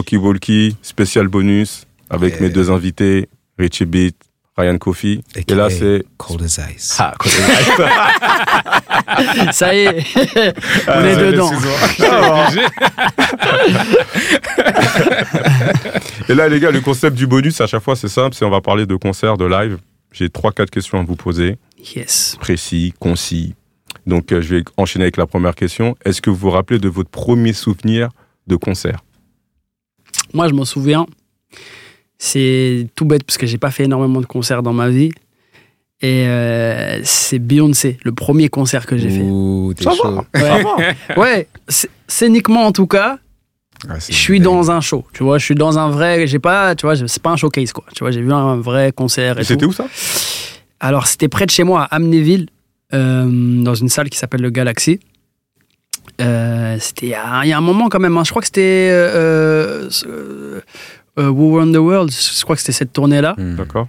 Talkie Walkie, spécial bonus avec mes deux invités, Richie Beat, Ryan Coffey. Et là, c'est Cold as Ice. Ah, Cold as Ice. Ça y est, on est dedans. Et là, les gars, le concept du bonus, à chaque fois, c'est simple. On va parler de concert, de live. J'ai 3-4 questions à vous poser. Yes. Précis, concis. Donc, je vais enchaîner avec la première question. Est-ce que vous vous rappelez de votre premier souvenir de concert? Moi, je m'en souviens. C'est tout bête parce que j'ai pas fait énormément de concerts dans ma vie. Et c'est Beyoncé, le premier concert que j'ai fait. Ouh, t'es Ça chaud. Ouais, scéniquement en tout cas, Ah, je suis dans un show. Tu vois, je suis dans un vrai. J'ai pas, tu vois, c'est pas un showcase quoi. Tu vois, j'ai vu un vrai concert. Et c'était tout. où ça? Alors, c'était près de chez moi, à Amnéville, dans une salle qui s'appelle le Galaxy. C'était il y a un moment quand même. Hein. Je crois que c'était Who Won the World. Je crois que c'était cette tournée-là. D'accord.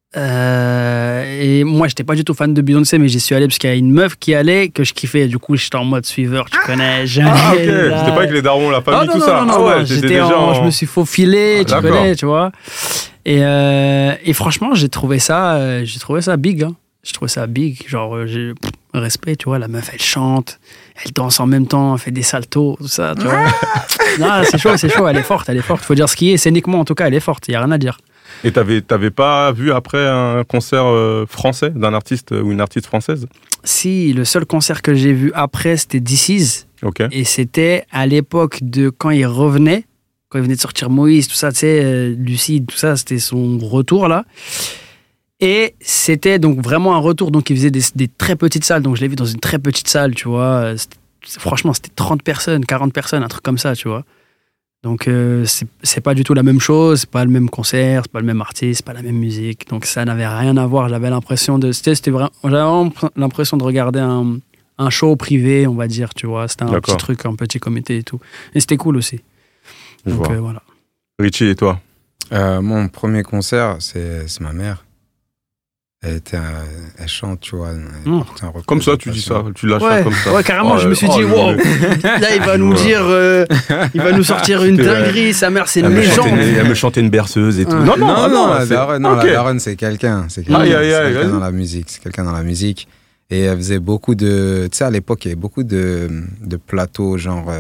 Et moi, j'étais pas du tout fan de Beyoncé, mais j'y suis allé parce qu'il y a une meuf qui allait que je kiffais. Du coup, j'étais en mode suiveur, tu connais. Ah, ok. C'était pas avec les darons, la famille, tout ça. Non, ouais, j'étais déjà je me suis faufilé, tu d'accord. connais, tu vois. Et franchement, j'ai trouvé ça big. Hein. J'ai trouvé ça big. Genre, respect, tu vois. La meuf, elle chante, elle danse en même temps, elle fait des saltos, tout ça, tu vois. Non, c'est chaud. Elle est forte. Faut dire ce qui est. Scéniquement, en tout cas, elle est forte. Il y a rien à dire. Et t'avais pas vu après un concert français d'un artiste ou une artiste française? Si, le seul concert que j'ai vu après, c'était DC's. Ok. Et c'était à l'époque de quand il revenait de sortir Moïse, tout ça, tu sais, Lucide, tout ça, c'était son retour là. Et c'était donc vraiment un retour. Donc il faisait des très petites salles. Donc je l'ai vu dans une très petite salle, tu vois. Franchement, c'était 30 personnes, 40 personnes, un truc comme ça, tu vois. Donc c'est pas du tout la même chose, c'est pas le même concert, c'est pas le même artiste, c'est pas la même musique. Donc ça n'avait rien à voir. J'avais l'impression j'avais vraiment l'impression de regarder un show privé, on va dire, tu vois. C'était un petit truc, un petit comité et tout. Et c'était cool aussi. Donc voilà. Richie, et toi? Mon premier concert, c'est ma mère. Elle chante, tu vois. Comme ça, tu dis ça, tu lâches ça comme ça. Ouais, carrément, je me suis dit, wow, là, il va nous dire, il va nous sortir une dinguerie, sa mère, c'est une légende. Elle me chantait une berceuse et tout. Non, la daronne, c'est quelqu'un. C'est quelqu'un dans la musique. C'est quelqu'un dans la musique. Et elle faisait beaucoup de... Tu sais, à l'époque, il y avait beaucoup de plateaux, genre...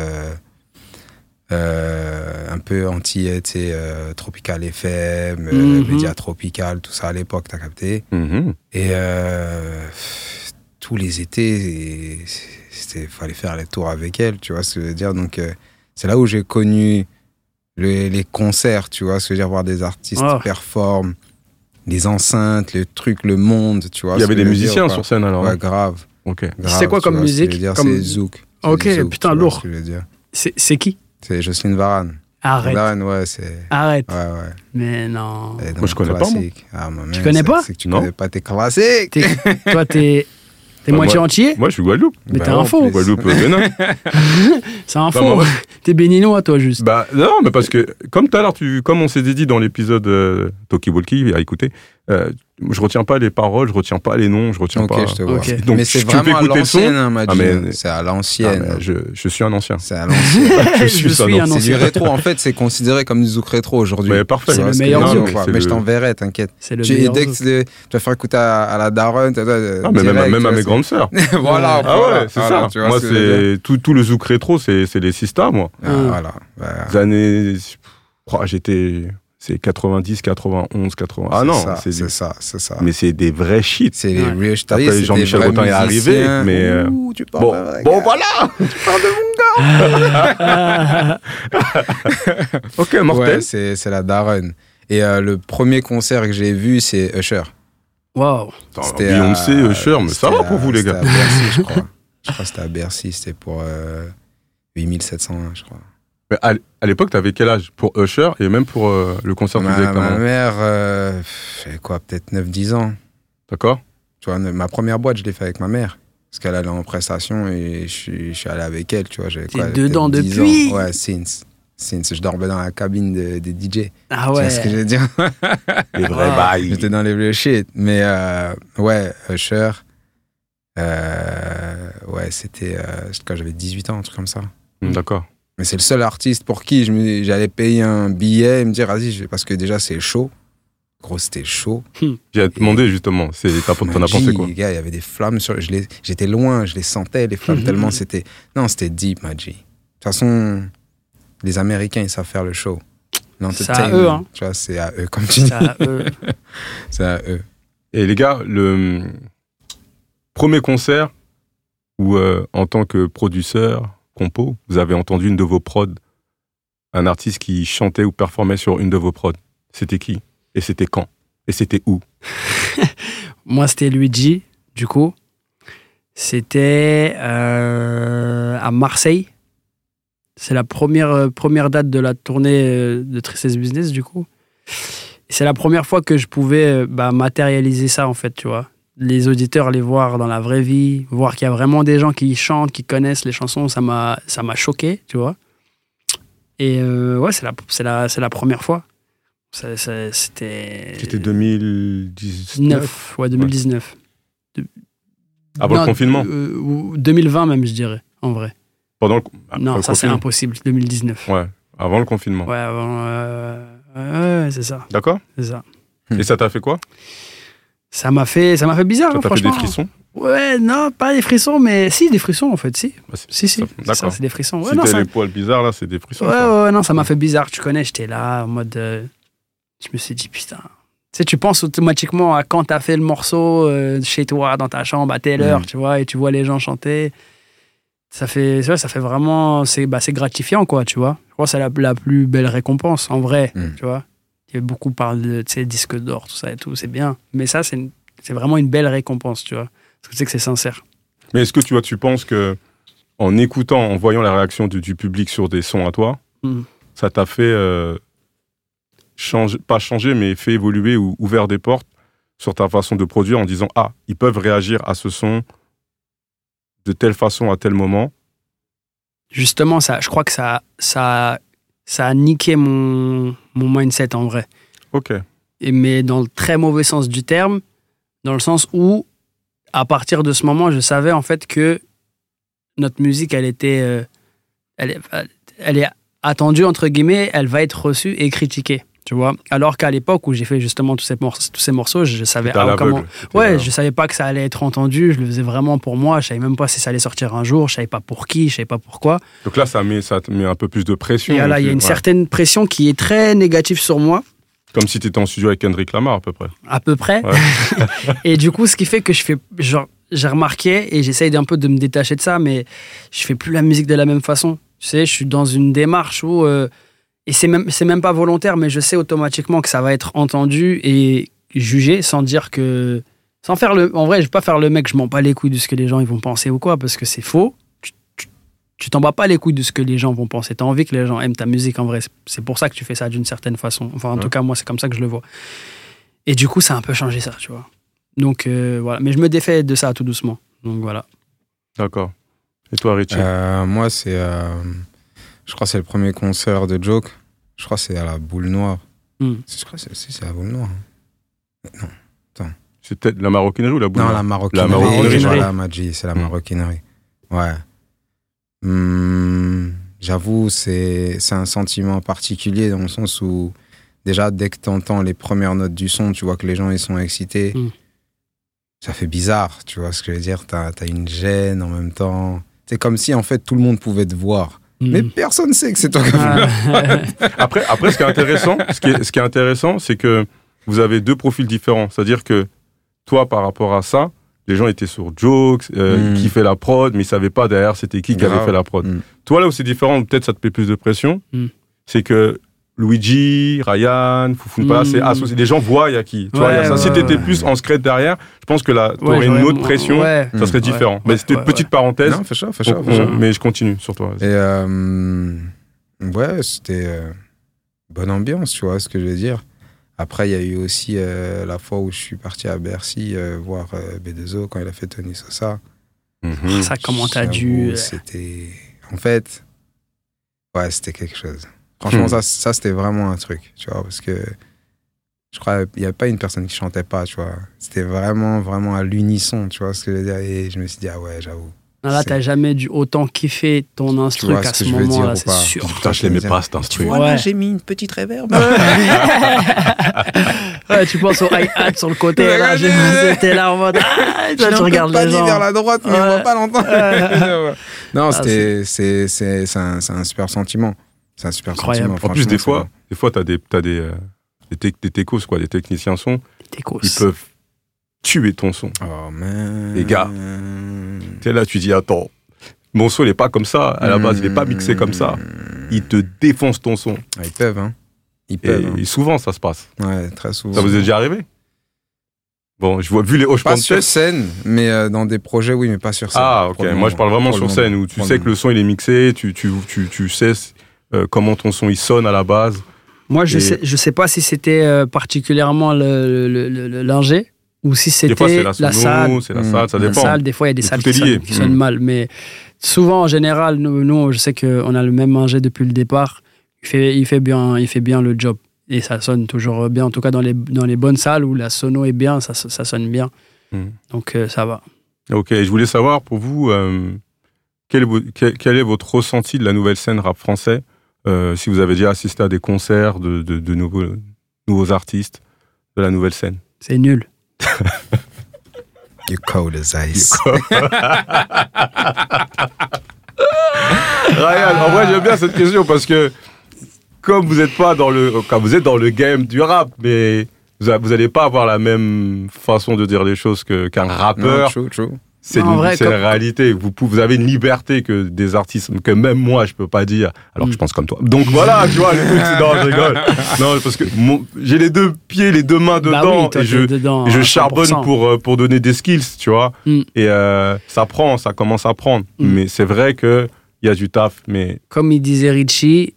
un peu anti, tu sais, Tropical FM, Média Tropical, tout ça à l'époque, t'as capté. Et tous les étés, fallait faire les tours avec elle, tu vois ce que je veux dire. Donc, c'est là où j'ai connu les concerts, tu vois ce que je veux dire, voir des artistes performer, les enceintes, le truc, le monde, tu vois. Il y avait des musiciens sur scène alors? Ouais, grave. C'est quoi comme musique? C'est Zouk. Ok, putain, lourd. C'est qui? C'est Jocelyne Varane. Arrête. Varane, ouais, c'est... Arrête. Ouais. Mais non. Moi, je connais pas, moi. Ah, tu connais pas? C'est que tu connais pas tes classiques. Toi, t'es moitié entier? Moi, je suis Guadeloupe. Mais t'es un faux. Guadeloupe, Bénin. C'est un faux. T'es béninois, toi, juste. Bah, non, mais parce que, comme tout à l'heure, comme on s'est dit dans l'épisode Talkie Walkie, à écouter, je retiens pas les paroles, je retiens pas les noms, je retiens pas. Je te vois. Okay. Donc, mais c'est vraiment à l'ancienne, hein, Madji. C'est à l'ancienne. Je suis un ancien. C'est à l'ancienne. je suis un ancien. C'est du rétro, en fait, c'est considéré comme du zouk rétro aujourd'hui. Mais parfait. C'est le meilleur zouk. Mais je t'enverrai, t'inquiète. C'est le meilleur zouk. Tu vas faire écouter à la daronne. Même à mes grandes sœurs. Voilà. Ah ouais, c'est ça. Moi, c'est tout le zouk rétro, c'est les Sista, moi. Voilà. Les années... C'est 90, 91, 80... Ah non, c'est ça. Mais c'est des vrais shit. C'est les real shit. Après, Jean-Michel Rotin est arrivé, mais... Bon, voilà. Tu parles de mon gars. Ok, mortel. Ouais, c'est la daronne. Et le premier concert que j'ai vu, c'est Usher. Waouh. C'était Beyoncé, Usher, mais ça va pour vous, les gars. C'était à Bercy, je crois. Je crois que c'était à Bercy, c'était pour 8701, je crois. Mais à l'époque, t'avais quel âge pour Usher et même pour le concert que tu faisais avec ta maman? Ma mère, j'avais quoi, peut-être 9-10 ans. D'accord. Tu vois, ma première boîte, je l'ai fait avec ma mère. Parce qu'elle allait en prestation et je suis allé avec elle, tu vois. T'es dedans depuis? Ouais, since. Je dormais dans la cabine des DJ. Ah ouais. Tu vois ce que je veux dire? Les vrais bails. J'étais dans les vrais shit. Mais ouais, Usher. Ouais, c'était quand j'avais 18 ans, un truc comme ça. D'accord. Mais c'est le seul artiste pour qui j'allais payer un billet et me dire, vas-y, parce que déjà, c'est chaud. Gros, c'était chaud. J'ai demandé justement, t'en as pensé quoi? Les gars, il y avait des flammes j'étais loin, je les sentais, les flammes, tellement c'était... Non, c'était deep, Maji. De toute façon, les Américains, ils savent faire le show. C'est à eux, hein. Tu vois, c'est à eux, comme tu dis. C'est à eux. C'est à eux. Et les gars, le premier concert où, en tant que producteur, compo, vous avez entendu une de vos prods, un artiste qui chantait ou performait sur une de vos prods, c'était qui? Et c'était quand? Et c'était où? Moi, c'était Luigi, du coup. C'était à Marseille. C'est la première date de la tournée de Tristesse Business, du coup. Et c'est la première fois que je pouvais matérialiser ça, en fait, tu vois. Les auditeurs les voir dans la vraie vie, voir qu'il y a vraiment des gens qui chantent, qui connaissent les chansons, ça m'a choqué, tu vois. Et ouais, c'est la première fois. C'était 2019. Ouais, 2019. Ouais. Avant le confinement 2020 même, je dirais, en vrai. Non, ça c'est impossible, 2019. Ouais, avant le confinement. Ouais, avant... ouais, c'est ça. D'accord. C'est ça. Et ça t'a fait quoi? Ça m'a fait bizarre, ça t'a franchement. fait des frissons? Ouais, non, pas des frissons, mais si, des frissons, en fait, si. Si. D'accord. Ça, c'est des frissons. Ouais, si non, t'as ça... les poils bizarres, là, c'est des frissons. Ouais, non, ça m'a fait bizarre. Tu connais, j'étais là, en mode... Je me suis dit, putain... Tu sais, tu penses automatiquement à quand t'as fait le morceau chez toi, dans ta chambre, à telle heure, tu vois, et tu vois les gens chanter. Ça fait vraiment... C'est gratifiant, quoi, tu vois. Je crois que c'est la plus belle récompense, en vrai, tu vois. Il y a beaucoup parlent de disques d'or, tout ça et tout, c'est bien. Mais ça, c'est vraiment une belle récompense, tu vois. Parce que tu sais que c'est sincère. Mais est-ce que tu penses que en écoutant, en voyant la réaction du public sur des sons à toi, ça t'a fait pas changer, mais fait évoluer ou ouvert des portes sur ta façon de produire en disant « Ah, ils peuvent réagir à ce son de telle façon à tel moment ». Justement, je crois que ça a niqué mon mindset en vrai. Ok. Mais dans le très mauvais sens du terme, dans le sens où, à partir de ce moment, je savais en fait que notre musique, elle est attendue, entre guillemets, elle va être reçue et critiquée. Tu vois, alors qu'à l'époque où j'ai fait justement tous ces morceaux, je savais comment. Ouais, je savais pas que ça allait être entendu. Je le faisais vraiment pour moi. Je savais même pas si ça allait sortir un jour. Je savais pas pour qui. Je savais pas pourquoi. Donc là, ça te met un peu plus de pression. Et là, il y a une certaine pression qui est très négative sur moi. Comme si tu étais en studio avec Kendrick Lamar, à peu près. À peu près. Ouais. Et du coup, ce qui fait que j'ai remarqué et j'essaye un peu de me détacher de ça, mais je fais plus la musique de la même façon. Tu sais, je suis dans une démarche où et c'est même pas volontaire, mais je sais automatiquement que ça va être entendu et jugé sans dire que... En vrai, je vais pas faire le mec, je m'en bats les couilles de ce que les gens ils vont penser ou quoi, parce que c'est faux. Tu t'en bats pas les couilles de ce que les gens vont penser. T'as envie que les gens aiment ta musique, en vrai. C'est pour ça que tu fais ça d'une certaine façon. Enfin, en tout cas, moi, c'est comme ça que je le vois. Et du coup, ça a un peu changé ça, tu vois. Donc, voilà. Mais je me défais de ça tout doucement. Donc, voilà. D'accord. Et toi, Richie? Moi, c'est... je crois que c'est le premier concert de Joke. Je crois que c'est à la Boule Noire. Je crois que c'est à la Boule Noire. Non, attends. C'est peut-être la maroquinerie ou la Boule Noire? Non, la maroquinerie. La maroquinerie. Voilà, Maji, c'est la maroquinerie. Ouais. J'avoue, c'est un sentiment particulier dans le sens où, déjà, dès que tu entends les premières notes du son, tu vois que les gens ils sont excités. Ça fait bizarre, tu vois ce que je veux dire. T'as une gêne en même temps. C'est comme si, en fait, tout le monde pouvait te voir. Mais personne ne sait que c'est toi qui Après, ce qui est intéressant, c'est que vous avez deux profils différents. C'est-à-dire que toi, par rapport à ça, les gens étaient sur Jokes, qui fait la prod, mais ils ne savaient pas derrière c'était qui avait fait la prod. Toi, là où c'est différent, peut-être ça te met plus de pression, c'est que Luigi, Ryan, Foufounpa, c'est associé. Les gens voient il y a qui. Tu vois, y a ça. Si tu étais plus en secret derrière, je pense que là, tu aurais une autre pression, ça serait différent. Mais c'était une petite parenthèse. Non, fais ça. Mais je continue sur toi. Et ouais, c'était bonne ambiance, tu vois ce que je veux dire. Après, il y a eu aussi la fois où je suis parti à Bercy voir B2O quand il a fait Tony Sosa. Ça, comment t'as dû... C'était... En fait, ouais, c'était quelque chose. Franchement, ça, c'était vraiment un truc, tu vois, parce que je crois qu'il n'y avait pas une personne qui chantait pas, tu vois. C'était vraiment, vraiment à l'unisson, tu vois ce que je veux dire. Et je me suis dit, ah ouais, j'avoue. Là, t'as jamais dû autant kiffer ton instru qu'à ce moment-là, c'est sûr. Putain, je l'aimais pas cet instru. Tu vois, là, j'ai mis une petite reverb. Ouais, tu penses au hi-hat sur le côté. Là, j'étais là en mode. Tu regardes les gens. Vers la droite, mais on va pas l'entendre. Non, c'est un super sentiment. C'est un super sentiment. En plus, des fois, t'as des techos, quoi, des techniciens son. Ils peuvent tuer ton son. Oh man. Les gars, tu es là, tu dis attends, mon son il est pas comme ça, à la base il est pas mixé comme ça. Ils te défoncent ton son. Ils peuvent, hein. Et souvent ça se passe. Ouais, très souvent. Ça vous est déjà arrivé? Bon, je vois, vu les hochements de tête. Pas sur scène, mais dans des projets, oui, mais pas sur scène. Ah, ok. Moi je parle vraiment sur scène, où tu sais que le son il est mixé, tu sais comment ton son il sonne à la base. Moi je sais pas si c'était particulièrement l'ingé. Ou si c'était la salle, c'est la salle, ça dépend. Des fois, il y a des salles qui sonnent mal. Mais souvent, en général, nous, je sais qu'on a le même ingé depuis le départ. Il fait bien le job. Et ça sonne toujours bien. En tout cas, dans les bonnes salles où la sono est bien, ça sonne bien. Donc, ça va. Ok, je voulais savoir, pour vous, quel est votre ressenti de la nouvelle scène rap français, si vous avez déjà assisté à des concerts de nouveaux artistes de la nouvelle scène? C'est nul. You're cold as ice. Ryan, en vrai, j'aime bien cette question parce que comme vous êtes dans le game du rap, mais vous n'allez pas avoir la même façon de dire les choses qu'un rappeur. Non, true. C'est la réalité. Vous avez une liberté que des artistes, que même moi, je peux pas dire, alors que je pense comme toi. Donc voilà, tu vois, le truc, non, je rigole. Non, parce que j'ai les deux pieds, les deux mains dedans, oui, et je charbonne pour donner des skills, tu vois. Et ça commence à prendre. Mais c'est vrai qu'il y a du taf, mais... Comme il disait Richie,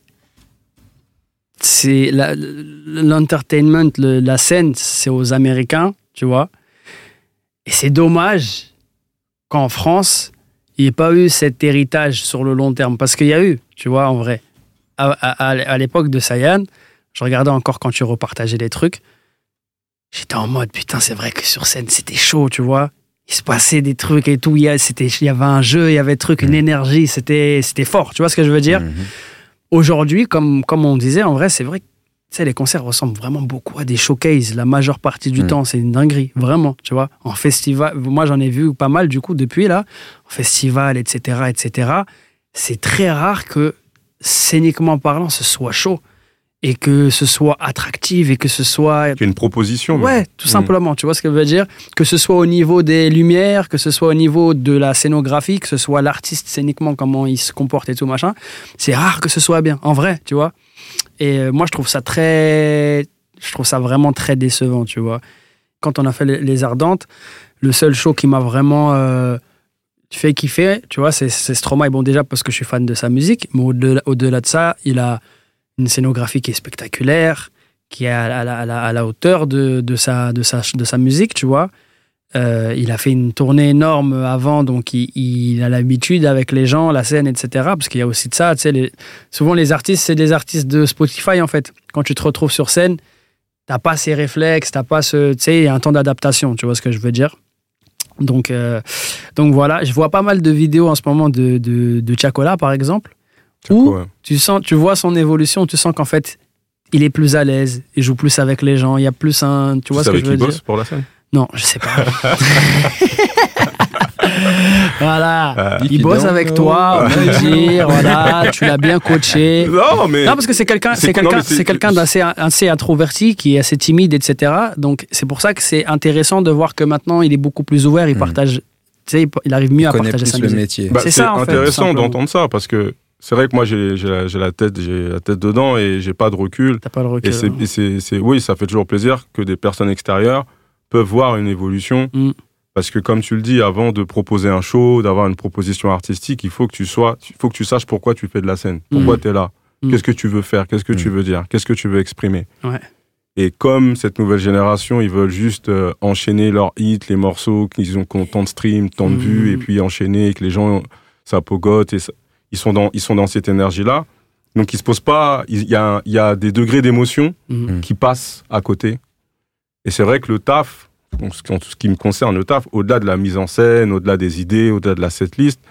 c'est l'entertainment, la scène, c'est aux Américains, tu vois. Et c'est dommage qu'en France, il n'y ait pas eu cet héritage sur le long terme. Parce qu'il y a eu, tu vois, en vrai. À l'époque de Sayan, je regardais encore quand tu repartageais les trucs. J'étais en mode, putain, c'est vrai que sur scène, c'était chaud, tu vois. Il se passait des trucs et tout. Il y avait un jeu, il y avait une énergie. C'était fort, tu vois ce que je veux dire? Aujourd'hui, comme on disait, en vrai, c'est vrai que les concerts ressemblent vraiment beaucoup à des showcases. La majeure partie du temps, c'est une dinguerie, vraiment, tu vois. En festival, moi j'en ai vu pas mal du coup depuis là, en festival, etc. C'est très rare que, scéniquement parlant, ce soit chaud et que ce soit attractif et que ce soit... Qu'il y ait une proposition. Ouais, tout simplement, tu vois ce que je veux dire? Que ce soit au niveau des lumières, que ce soit au niveau de la scénographie, que ce soit l'artiste scéniquement, comment il se comporte et tout machin. C'est rare que ce soit bien, en vrai, tu vois. Et moi, je trouve ça vraiment très décevant, tu vois. Quand on a fait les Ardentes, le seul show qui m'a vraiment fait kiffer, tu vois, c'est Stromae. Bon, déjà parce que je suis fan de sa musique, mais au-delà de ça, il a une scénographie qui est spectaculaire, qui est à la hauteur de sa musique, tu vois. Il a fait une tournée énorme avant, donc il a l'habitude avec les gens, la scène, etc. Parce qu'il y a aussi de ça, tu sais, souvent les artistes, c'est des artistes de Spotify en fait. Quand tu te retrouves sur scène, t'as pas ces réflexes, t'as pas tu sais, il y a un temps d'adaptation, tu vois ce que je veux dire. Donc voilà, je vois pas mal de vidéos en ce moment de Chacola par exemple, où tu vois son évolution, tu sens qu'en fait, il est plus à l'aise, il joue plus avec les gens, il y a plus tu vois ce que je veux dire. Bosse pour la scène? Non, je sais pas. Voilà, il bosse avec toi, on peut dire, voilà, tu l'as bien coaché. Non, parce que c'est quelqu'un d'assez introverti, qui est assez timide, etc. Donc c'est pour ça que c'est intéressant de voir que maintenant il est beaucoup plus ouvert, il partage, tu sais, il arrive mieux à partager sa musique. Métier. C'est ça, en fait, intéressant d'entendre ça parce que c'est vrai que moi j'ai la tête dedans et j'ai pas de recul. T'as pas de recul. Et oui, ça fait toujours plaisir que des personnes extérieures peuvent voir une évolution. Parce que comme tu le dis, avant de proposer un show, d'avoir une proposition artistique, il faut que tu saches pourquoi tu fais de la scène, pourquoi tu es là, qu'est-ce que tu veux faire, qu'est-ce que tu veux dire, qu'est-ce que tu veux exprimer. Ouais. Et comme cette nouvelle génération, ils veulent juste enchaîner leurs hits, les morceaux qu'ils ont tant de streams, tant de vues, et puis enchaîner, et que les gens, ça pogote, et ils sont dans cette énergie-là. Donc ils se posent pas, il y a des degrés d'émotion qui passent à côté. Et c'est vrai que le taf, en ce qui me concerne, le taf, au-delà de la mise en scène, au-delà des idées, au-delà de la setlist,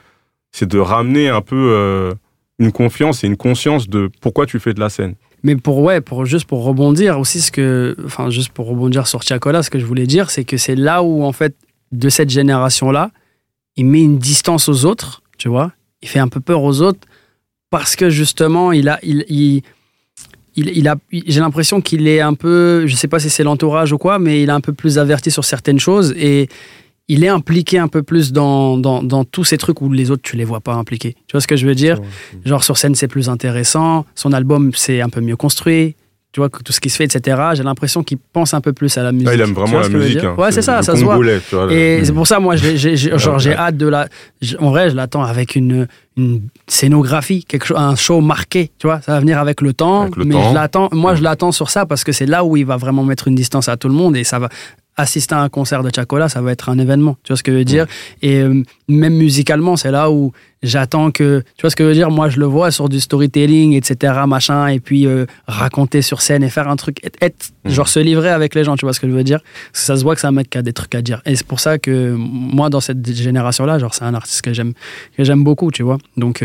c'est de ramener un peu une confiance et une conscience de pourquoi tu fais de la scène. Mais juste pour rebondir aussi, juste pour rebondir sur Tiakola, ce que je voulais dire, c'est que c'est là où, en fait, de cette génération-là, il met une distance aux autres, tu vois. Il fait un peu peur aux autres parce que, justement, j'ai l'impression qu'il est un peu, je sais pas si c'est l'entourage ou quoi, mais il est un peu plus averti sur certaines choses et il est impliqué un peu plus dans tous ces trucs où les autres, tu les vois pas impliqués. Tu vois ce que je veux dire ? Genre, sur scène, c'est plus intéressant. Son album, c'est un peu mieux construit. Tu vois, tout ce qui se fait, etc. J'ai l'impression qu'il pense un peu plus à la musique. Ah, il aime vraiment la musique. Hein. Ouais, c'est ça se voit. Et c'est pour ça, moi, j'ai hâte de la... En vrai, je l'attends avec une scénographie, un show marqué, tu vois. Ça va venir avec le temps. Je l'attends sur ça parce que c'est là où il va vraiment mettre une distance à tout le monde et ça va... Assister à un concert de Tiakola, ça va être un événement. Tu vois ce que je veux dire ? Et même musicalement, c'est là où j'attends que... Tu vois ce que je veux dire ? Moi, je le vois sur du storytelling, etc., machin, et puis raconter sur scène et faire un truc, genre se livrer avec les gens, tu vois ce que je veux dire ? Parce que ça se voit que c'est un mec qui a des trucs à dire. Et c'est pour ça que moi, dans cette génération-là, genre, c'est un artiste que j'aime beaucoup, tu vois. Donc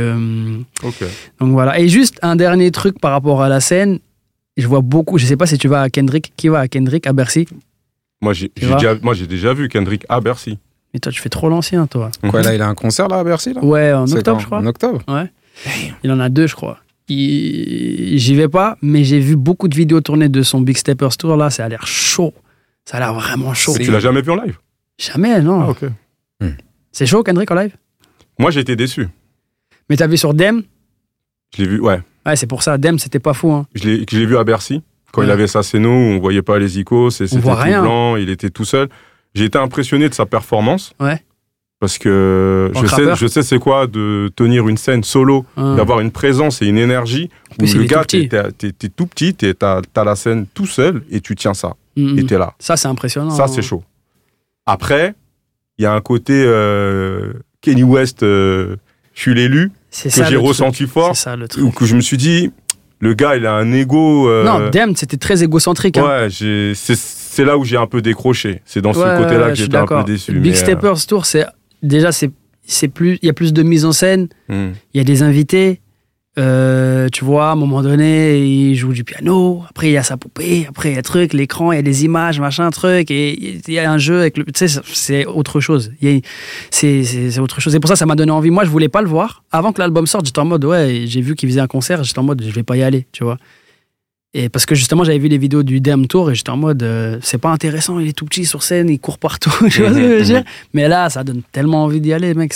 voilà. Et juste un dernier truc par rapport à la scène, je vois beaucoup, je sais pas si tu vas à Kendrick. Qui va à Kendrick, à Bercy ? Moi, j'ai déjà vu Kendrick à Bercy. Mais toi, tu fais trop l'ancien, toi. Quoi, là, il a un concert, là, à Bercy, là ? Ouais, en octobre, je crois. En octobre ? Ouais. Il en a 2, je crois. J'y vais pas, mais j'ai vu beaucoup de vidéos tournées de son Big Steppers Tour, là. Ça a l'air chaud. Ça a l'air vraiment chaud. Mais tu l'as jamais vu en live ? Jamais, non. Ah, ok. C'est chaud, Kendrick, en live ? Moi, j'ai été déçu. Mais t'as vu sur Dem ? Je l'ai vu, ouais. Ouais, c'est pour ça. Dem, c'était pas fou, hein. Je l'ai vu à Bercy. Quand il avait sa scéno, on voyait pas les icônes, c'était tout blanc, il était tout seul. J'ai été impressionné de sa performance. Ouais. Parce que je sais c'est quoi de tenir une scène solo, d'avoir une présence et une énergie. Où le gars, t'es tout petit, t'as la scène tout seul et tu tiens ça. Et t'es là. Ça, c'est impressionnant. Ça, c'est chaud. Après, il y a un côté Kanye West, je suis l'élu, que j'ai ressenti fort, ou que je me suis dit... Le gars, il a un ego... Non, Dem, c'était très égocentrique. Ouais, c'est là où j'ai un peu décroché. C'est dans ce côté-là que j'étais un peu déçu. Big Steppers Tour, déjà, c'est plus... Il y a plus de mise en scène. Il y a des invités. Tu vois, à un moment donné, il joue du piano. Après, il y a sa poupée. Après, il y a truc, l'écran, il y a des images, machin, truc. Et il y a un jeu avec le... Tu sais, c'est autre chose. C'est autre chose. Et pour ça m'a donné envie. Moi, je voulais pas le voir. Avant que l'album sorte, j'étais en mode, ouais, j'ai vu qu'il faisait un concert. J'étais en mode, je vais pas y aller, tu vois. Et parce que justement, j'avais vu les vidéos du Dem Tour et j'étais en mode, c'est pas intéressant, il est tout petit sur scène, il court partout. Tu vois ce que je veux dire ? Mais là, ça donne tellement envie d'y aller, mec.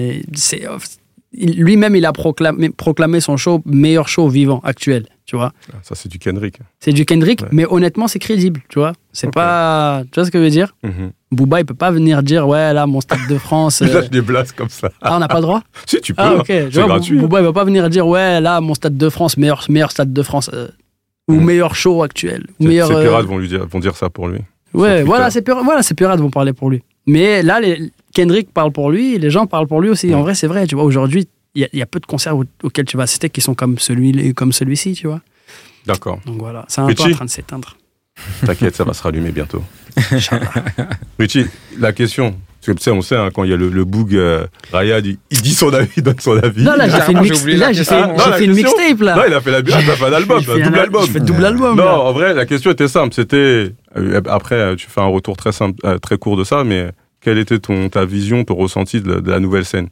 Lui-même, il a proclamé son show meilleur show vivant actuel, tu vois. Ça, c'est du Kendrick. C'est du Kendrick, mais honnêtement, c'est crédible, tu vois. C'est pas... Tu vois ce que je veux dire ? Booba, il peut pas venir dire, ouais, là, mon Stade de France... Il lâche des blagues comme ça. Ah, on n'a pas le droit ? Si, tu peux. Ah, ok. C'est gratuit. Booba, il va pas venir dire, ouais, là, mon Stade de France, meilleur Stade de France, ou meilleur show actuel. Ou meilleur, ces pirates vont dire ça pour lui. Ouais, ces pirates vont parler pour lui. Mais là, Kendrick parle pour lui, les gens parlent pour lui aussi. En vrai, c'est vrai, tu vois, aujourd'hui, il y a peu de concerts auxquels tu vas assister qui sont comme celui-ci, tu vois. D'accord. Donc voilà, c'est un peu en train de s'éteindre. T'inquiète, ça va se rallumer bientôt. Richie, la question, parce que tu sais, on sait, hein, quand il y a le boug, Rayad, il dit son avis, il donne son avis. Non, là, j'ai fait une mixtape, là. Non, il a fait un album, un double album. Je fais double album. Non, en vrai, la question était simple. C'était, après, tu fais un retour très simple, très court de ça, mais quelle était ta vision, ton ressenti de la nouvelle scène?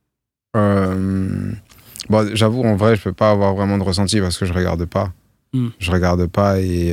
Bon, j'avoue, en vrai, je peux pas avoir vraiment de ressenti parce que je regarde pas. Je regarde pas et...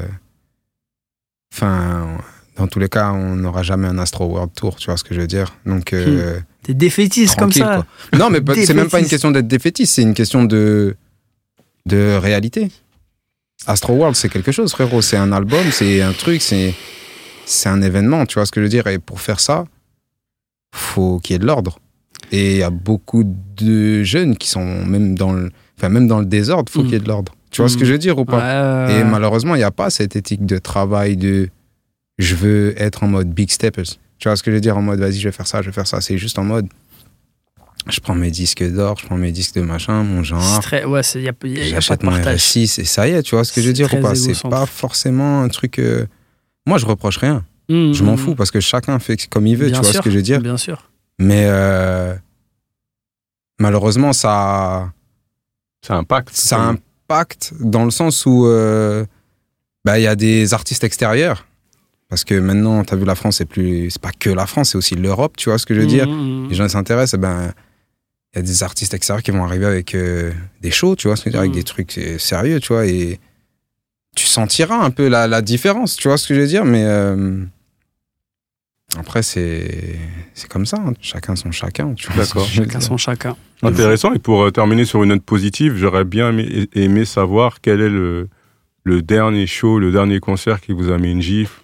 Enfin, dans tous les cas, on n'aura jamais un Astro World Tour, tu vois ce que je veux dire. Donc... T'es défaitiste comme ça. Quoi. Non, mais c'est même pas une question d'être défaitiste, c'est une question de réalité. Astro World, c'est quelque chose, frérot. C'est un album, c'est un truc, c'est un événement, tu vois ce que je veux dire. Et pour faire ça, faut qu'il y ait de l'ordre. Et il y a beaucoup de jeunes qui sont même dans le désordre, faut qu'il y ait de l'ordre. Tu vois ce que je veux dire ou pas? Et malheureusement, il n'y a pas cette éthique de travail de je veux être en mode big steppers. Tu vois ce que je veux dire? En mode vas-y, je vais faire ça. C'est juste en mode je prends mes disques d'or, je prends mes disques de machin, mon genre. J'achète mon RS6 et ça y est, tu vois ce que je veux dire ou pas? C'est pas forcément un truc. Moi, je reproche rien. Je m'en fous parce que chacun fait comme il veut, tu vois ce que je veux dire? Bien sûr. Mais malheureusement, ça impacte. Ça impacte dans le sens où il y a des artistes extérieurs. Parce que maintenant, t'as vu, la France, c'est pas que la France, c'est aussi l'Europe, tu vois ce que je veux dire. Les gens s'intéressent, il y a des artistes extérieurs qui vont arriver avec des shows, tu vois ce que je veux dire, avec des trucs sérieux, tu vois, et tu sentiras un peu la différence, tu vois ce que je veux dire, mais après, c'est comme ça, hein. Chacun son chacun, tu vois. D'accord. Chacun son chacun. Intéressant, et pour terminer sur une note positive, j'aurais bien aimé savoir quel est le dernier show, le dernier concert qui vous a mis une gifle.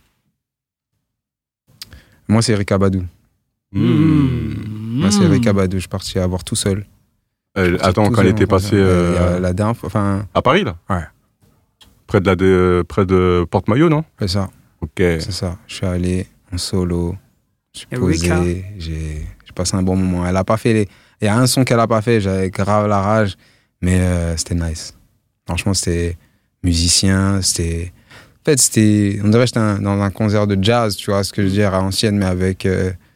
Moi, c'est Erykah Badu. Moi, c'est Erykah Badu. Je suis parti à voir tout seul. Attends, quand elle était passée... la dernière fois... Enfin... À Paris, là? Ouais. Près de Porte-Maillot, non? C'est ça. Ok. C'est ça. Je suis allé en solo. Je suis posé. J'ai passé un bon moment. Elle a pas fait Il y a un son qu'elle a pas fait. J'avais grave la rage. Mais c'était nice. Franchement, c'était musicien. C'était... En fait, on dirait que j'étais dans un concert de jazz, tu vois ce que je veux dire, à l'ancienne, mais avec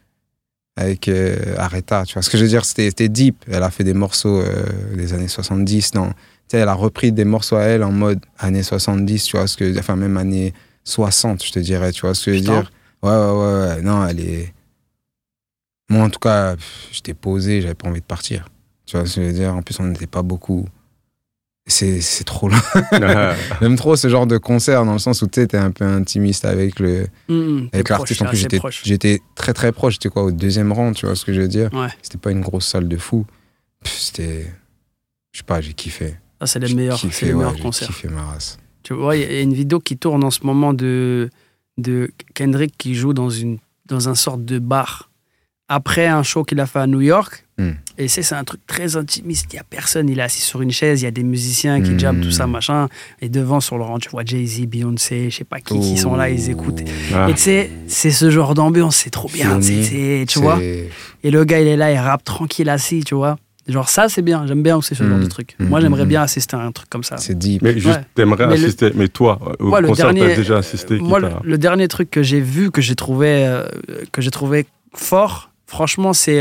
Aretha, tu vois ce que je veux dire, c'était deep. Elle a fait des morceaux des années 70, non. Tu sais, elle a repris des morceaux à elle en mode années 70, tu vois ce que, enfin même années 60, je te dirais, tu vois ce que je veux dire. Ouais. Non, elle est... Moi, en tout cas, j'étais posé, j'avais pas envie de partir. Tu vois ce que je veux dire. En plus, on n'était pas beaucoup... C'est trop long. J'aime trop ce genre de concert dans le sens où tu sais, t'es un peu intimiste avec l'artiste. En plus, j'étais très très proche. J'étais au deuxième rang, tu vois ce que je veux dire. Ouais. C'était pas une grosse salle de fou. C'était, je sais pas, j'ai kiffé. Ah, c'est les meilleurs concerts. J'ai kiffé ma race. Tu vois, il y a une vidéo qui tourne en ce moment de Kendrick qui joue dans un sorte de bar après un show qu'il a fait à New York. Et c'est un truc très intimiste. Il n'y a personne, il est assis sur une chaise, il y a des musiciens qui jamment, tout ça, machin. Et devant, sur le rang, tu vois Jay-Z, Beyoncé, je sais pas qui sont là, ils écoutent. Et tu sais, c'est ce genre d'ambiance, c'est trop bien. Tu vois. Et le gars, il est là, il rappe tranquille assis, tu vois. Genre ça, c'est bien. J'aime bien aussi ce genre de truc. Moi, j'aimerais bien assister à un truc comme ça. C'est deep. Mais juste, t'aimerais assister. Mais toi, au concert, t'as déjà assisté. Moi, le dernier truc que j'ai vu, que j'ai trouvé fort, franchement, c'est...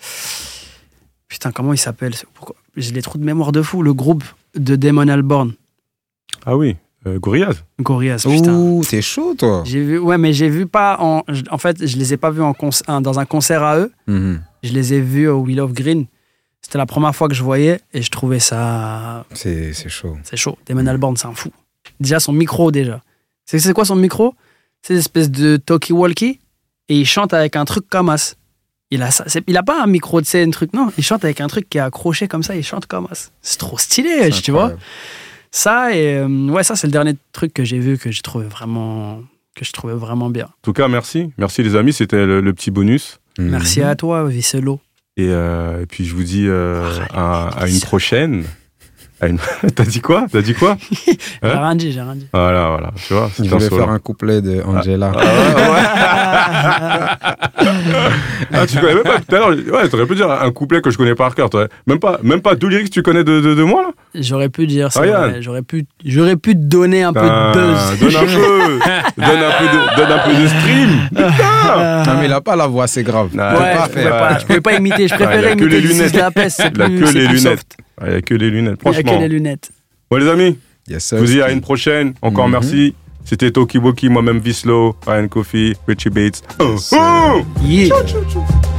Putain, comment il s'appelle? J'ai des trous de mémoire de fou. Le groupe de Damon Albarn. Ah oui, Gorillaz. Gorillaz, putain. Ouh, t'es chaud, toi. J'ai vu, ouais, mais j'ai vu pas en... En fait, je les ai pas vus dans un concert à eux. Je les ai vus au Willow Green. C'était la première fois que je voyais et je trouvais ça... C'est chaud. C'est chaud. Damon Albarn, c'est un fou. Déjà, son micro, déjà. C'est quoi son micro? C'est une espèce de talkie-walkie et il chante avec un truc comme as. Il a pas un micro de scène, truc, non. Il chante avec un truc qui est accroché comme ça, il chante comme as. C'est trop stylé, tu vois. Ça, et ça, c'est le dernier truc que j'ai vu que je trouvais vraiment bien. En tout cas, merci. Merci, les amis. C'était le petit bonus. Merci à toi, Vicelo. Et puis, je vous dis à une prochaine. T'as dit quoi? J'ai rien dit. Voilà. Tu vois, il voulait faire un couplet de Angela. Tu connais même pas tout à l'heure. Ouais, t'aurais pu dire un couplet que je connais par cœur. Même pas 2 lyrics que tu connais de moi, là. J'aurais pu dire ça. J'aurais pu te donner un peu de buzz. Donne un peu de stream. Putain. Non, mais il a pas la voix, c'est grave. Je pouvais pas imiter. Je préférais imiter les lunettes. Il a que les lunettes. Il n'y a que les lunettes, franchement. Il n'y a que les lunettes. Bon, les amis, yes, je vous dis à une prochaine. Encore merci. C'était Tokiwoki, moi-même Vislo, Ryan Kofi, Richie Bates. Yeah. Ciao.